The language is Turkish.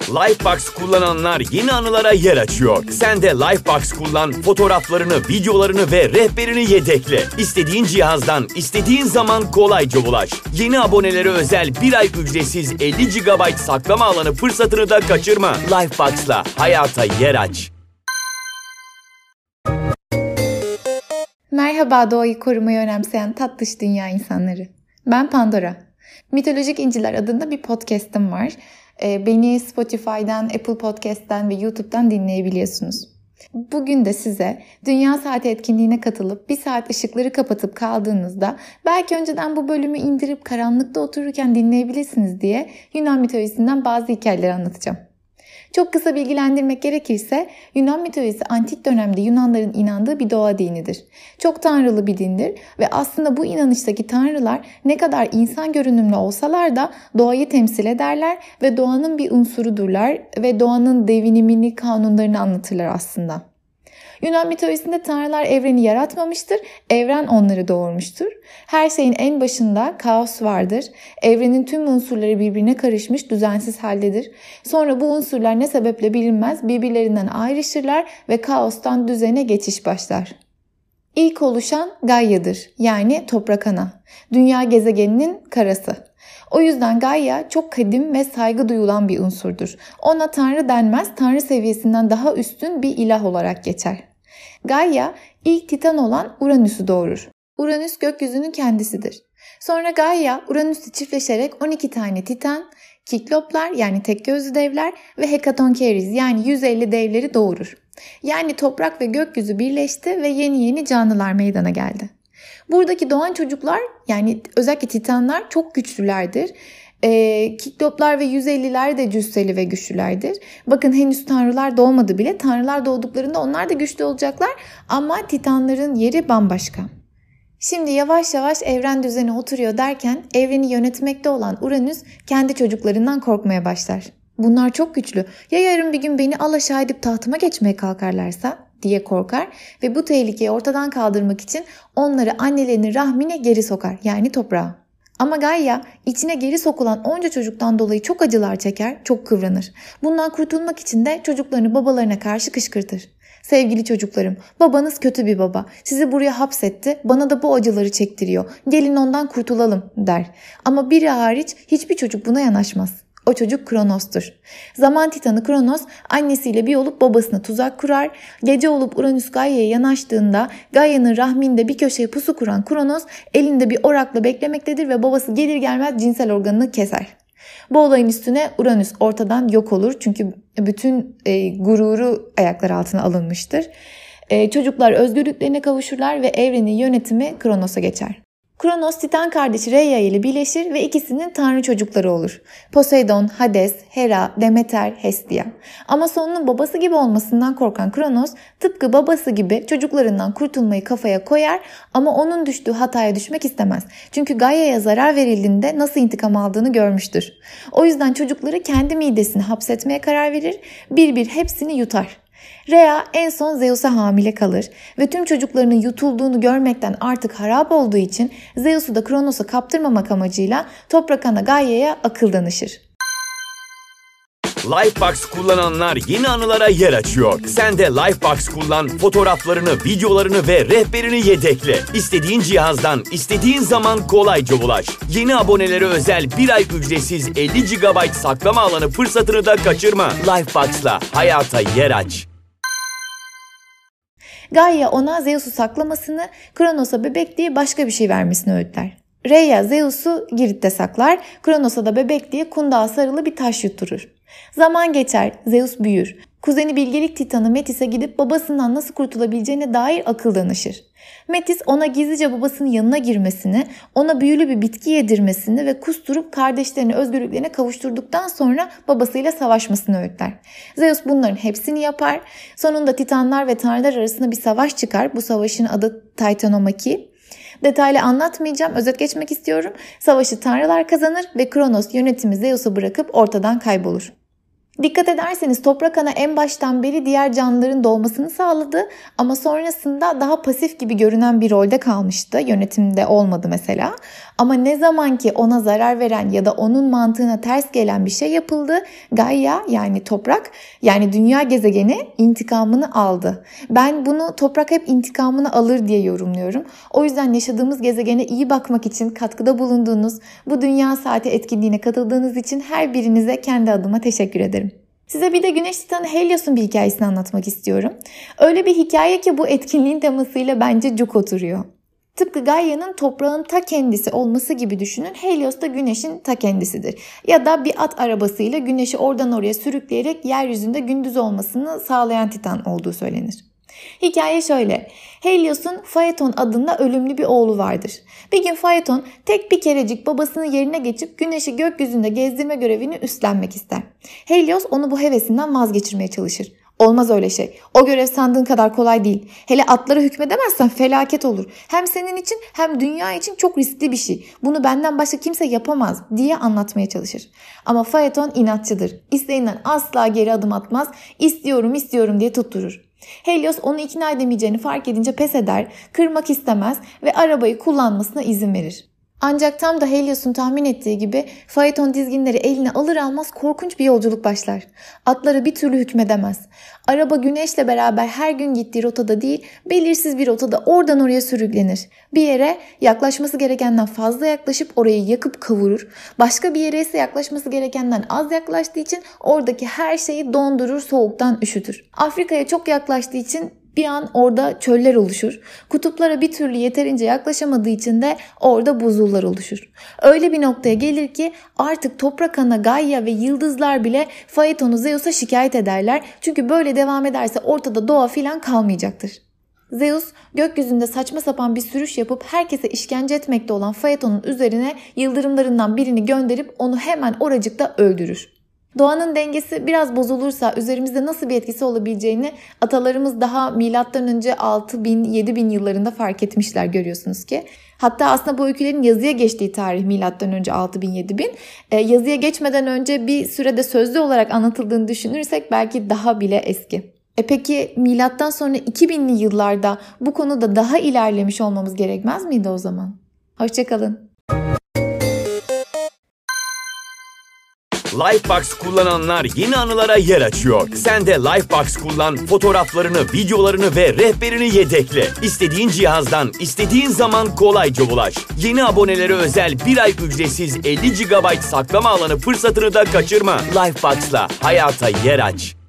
Lifebox kullananlar yeni anılara yer açıyor. Sen de Lifebox kullan, fotoğraflarını, videolarını ve rehberini yedekle. İstediğin cihazdan, istediğin zaman kolayca ulaş. Yeni abonelere özel 1 ay ücretsiz 50 GB saklama alanı fırsatını da kaçırma. Lifebox'la hayata yer aç. Merhaba doğayı korumayı önemseyen tatlış dünya insanları. Ben Pandora. Mitolojik İnciler adında bir podcast'ım var. Beni Spotify'dan, Apple Podcast'ten ve YouTube'dan dinleyebiliyorsunuz. Bugün de size Dünya Saati etkinliğine katılıp bir saat ışıkları kapatıp kaldığınızda belki önceden bu bölümü indirip karanlıkta otururken dinleyebilirsiniz diye Yunan mitolojisinden bazı hikayeleri anlatacağım. Çok kısa bilgilendirmek gerekirse Yunan mitolojisi antik dönemde Yunanların inandığı bir doğa dinidir. Çok tanrılı bir dindir ve aslında bu inanıştaki tanrılar ne kadar insan görünümlü olsalar da doğayı temsil ederler ve doğanın bir unsurudurlar ve doğanın devinimini, kanunlarını anlatırlar aslında. Yunan mitolojisinde tanrılar evreni yaratmamıştır, evren onları doğurmuştur. Her şeyin en başında kaos vardır. Evrenin tüm unsurları birbirine karışmış, düzensiz haldedir. Sonra bu unsurlar ne sebeple bilinmez birbirlerinden ayrışırlar ve kaostan düzene geçiş başlar. İlk oluşan Gaia'dır, yani toprak ana. Dünya gezegeninin karası. O yüzden Gaia çok kadim ve saygı duyulan bir unsurdur. Ona tanrı denmez, tanrı seviyesinden daha üstün bir ilah olarak geçer. Gaia ilk titan olan Uranüs'ü doğurur. Uranüs gökyüzünün kendisidir. Sonra Gaia Uranüs'le çiftleşerek 12 tane titan, kikloplar yani tek gözlü devler ve Hekatonkeiriz yani 150 devleri doğurur. Yani toprak ve gökyüzü birleşti ve yeni canlılar meydana geldi. Buradaki doğan çocuklar yani özellikle titanlar çok güçlülerdir. Kikloplar ve 150'ler de cüsseli ve güçlülerdir. Bakın henüz tanrılar doğmadı bile. Tanrılar doğduklarında onlar da güçlü olacaklar ama titanların yeri bambaşka. Şimdi yavaş yavaş evren düzeni oturuyor derken evreni yönetmekte olan Uranüs kendi çocuklarından korkmaya başlar. Bunlar çok güçlü. Ya yarın bir gün beni alaşağı edip tahtıma geçmeye kalkarlarsa diye korkar ve bu tehlikeyi ortadan kaldırmak için onları annelerinin rahmine geri sokar yani toprağa. Ama Gaia içine geri sokulan onca çocuktan dolayı çok acılar çeker, çok kıvranır. Bundan kurtulmak için de çocuklarını babalarına karşı kışkırtır. Sevgili çocuklarım, babanız kötü bir baba. Sizi buraya hapsetti, bana da bu acıları çektiriyor. Gelin ondan kurtulalım der. Ama biri hariç hiçbir çocuk buna yanaşmaz. O çocuk Kronos'tur. Zaman titanı Kronos annesiyle bir olup babasına tuzak kurar. Gece olup Uranüs Gaia'ya yanaştığında Gaia'nın rahminde bir köşeye pusu kuran Kronos elinde bir orakla beklemektedir ve babası gelir gelmez cinsel organını keser. Bu olayın üstüne Uranüs ortadan yok olur çünkü bütün gururu ayaklar altına alınmıştır. Çocuklar özgürlüklerine kavuşurlar ve evrenin yönetimi Kronos'a geçer. Kronos Titan kardeşi Rhea ile birleşir ve ikisinin tanrı çocukları olur. Poseidon, Hades, Hera, Demeter, Hestia. Ama sonunun babası gibi olmasından korkan Kronos tıpkı babası gibi çocuklarından kurtulmayı kafaya koyar ama onun düştüğü hataya düşmek istemez. Çünkü Gaia'ya zarar verildiğinde nasıl intikam aldığını görmüştür. O yüzden çocukları kendi midesine hapsetmeye karar verir, bir hepsini yutar. Rhea en son Zeus'a hamile kalır ve tüm çocuklarının yutulduğunu görmekten artık harap olduğu için Zeus'u da Kronos'a kaptırmamak amacıyla toprak ana Gaia'ya akıl danışır. Lifebox kullananlar yeni anılara yer açıyor. Sen de Lifebox kullan, fotoğraflarını, videolarını ve rehberini yedekle. İstediğin cihazdan, istediğin zaman kolayca ulaş. Yeni abonelere özel 1 ay ücretsiz 50 GB saklama alanı fırsatını da kaçırma. Lifebox'la hayata yer aç. Gaia ona Zeus'u saklamasını, Kronos'a bebek diye başka bir şey vermesini öğütler. Rhea Zeus'u Girit'te saklar, Kronos'a da bebek diye kundağa sarılı bir taş yutturur. Zaman geçer, Zeus büyür. Kuzeni bilgelik titanı Metis'e gidip babasından nasıl kurtulabileceğine dair akıl danışır. Metis ona gizlice babasının yanına girmesini, ona büyülü bir bitki yedirmesini ve kusturup kardeşlerini özgürlüklerine kavuşturduktan sonra babasıyla savaşmasını öğütler. Zeus bunların hepsini yapar. Sonunda titanlar ve tanrılar arasında bir savaş çıkar. Bu savaşın adı Titanomaki. Detaylı anlatmayacağım, özet geçmek istiyorum. Savaşı tanrılar kazanır ve Kronos yönetimi Zeus'a bırakıp ortadan kaybolur. Dikkat ederseniz toprak ana en baştan beri diğer canlıların doğmasını sağladı ama sonrasında daha pasif gibi görünen bir rolde kalmıştı. Yönetimde olmadı mesela. Ama ne zaman ki ona zarar veren ya da onun mantığına ters gelen bir şey yapıldı, Gaia yani toprak yani dünya gezegeni intikamını aldı. Ben bunu toprak hep intikamını alır diye yorumluyorum. O yüzden yaşadığımız gezegene iyi bakmak için katkıda bulunduğunuz bu Dünya Saati etkinliğine katıldığınız için her birinize kendi adıma teşekkür ederim. Size bir de Güneş Titanı Helios'un bir hikayesini anlatmak istiyorum. Öyle bir hikaye ki bu etkinliğin temasıyla bence cuk oturuyor. Tıpkı Gaia'nın toprağın ta kendisi olması gibi düşünün. Helios da Güneş'in ta kendisidir. Ya da bir at arabasıyla Güneş'i oradan oraya sürükleyerek yeryüzünde gündüz olmasını sağlayan Titan olduğu söylenir. Hikaye şöyle. Helios'un Phaeton adında ölümlü bir oğlu vardır. Bir gün Phaeton tek bir kerecik babasının yerine geçip Güneş'i gökyüzünde gezdirme görevini üstlenmek ister. Helios onu bu hevesinden vazgeçirmeye çalışır. Olmaz öyle şey. O görev sandığın kadar kolay değil. Hele atlara hükmedemezsen felaket olur. Hem senin için hem dünya için çok riskli bir şey. Bunu benden başka kimse yapamaz diye anlatmaya çalışır. Ama Phaeton inatçıdır. İsteğinden asla geri adım atmaz. İstiyorum diye tutturur. Helios onu ikna edemeyeceğini fark edince pes eder, kırmak istemez ve arabayı kullanmasına izin verir. Ancak tam da Helios'un tahmin ettiği gibi Phaeton dizginleri eline alır almaz korkunç bir yolculuk başlar. Atlara bir türlü hükmedemez. Araba Güneş'le beraber her gün gittiği rotada değil, belirsiz bir rotada oradan oraya sürüklenir. Bir yere yaklaşması gerekenden fazla yaklaşıp orayı yakıp kavurur. Başka bir yere ise yaklaşması gerekenden az yaklaştığı için oradaki her şeyi dondurur, soğuktan üşütür. Afrika'ya çok yaklaştığı için bir an orada çöller oluşur. Kutuplara bir türlü yeterince yaklaşamadığı için de orada buzullar oluşur. Öyle bir noktaya gelir ki artık toprak ana Gaia ve yıldızlar bile Phaeton'u Zeus'a şikayet ederler. Çünkü böyle devam ederse ortada doğa filan kalmayacaktır. Zeus gökyüzünde saçma sapan bir sürüş yapıp herkese işkence etmekte olan Phaeton'un üzerine yıldırımlarından birini gönderip onu hemen oracıkta öldürür. Doğanın dengesi biraz bozulursa üzerimizde nasıl bir etkisi olabileceğini atalarımız daha MÖ 6000-7000 yıllarında fark etmişler görüyorsunuz ki. Hatta aslında bu öykülerin yazıya geçtiği tarih MÖ 6000-7000. Yazıya geçmeden önce bir sürede sözlü olarak anlatıldığını düşünürsek belki daha bile eski. Peki milattan sonra 2000'li yıllarda bu konuda daha ilerlemiş olmamız gerekmez miydi o zaman? Hoşçakalın. Lifebox kullananlar yeni anılara yer açıyor. Sen de Lifebox kullan, fotoğraflarını, videolarını ve rehberini yedekle. İstediğin cihazdan, istediğin zaman kolayca ulaş. Yeni abonelere özel 1 ay ücretsiz 50 GB saklama alanı fırsatını da kaçırma. Lifebox'la hayata yer aç.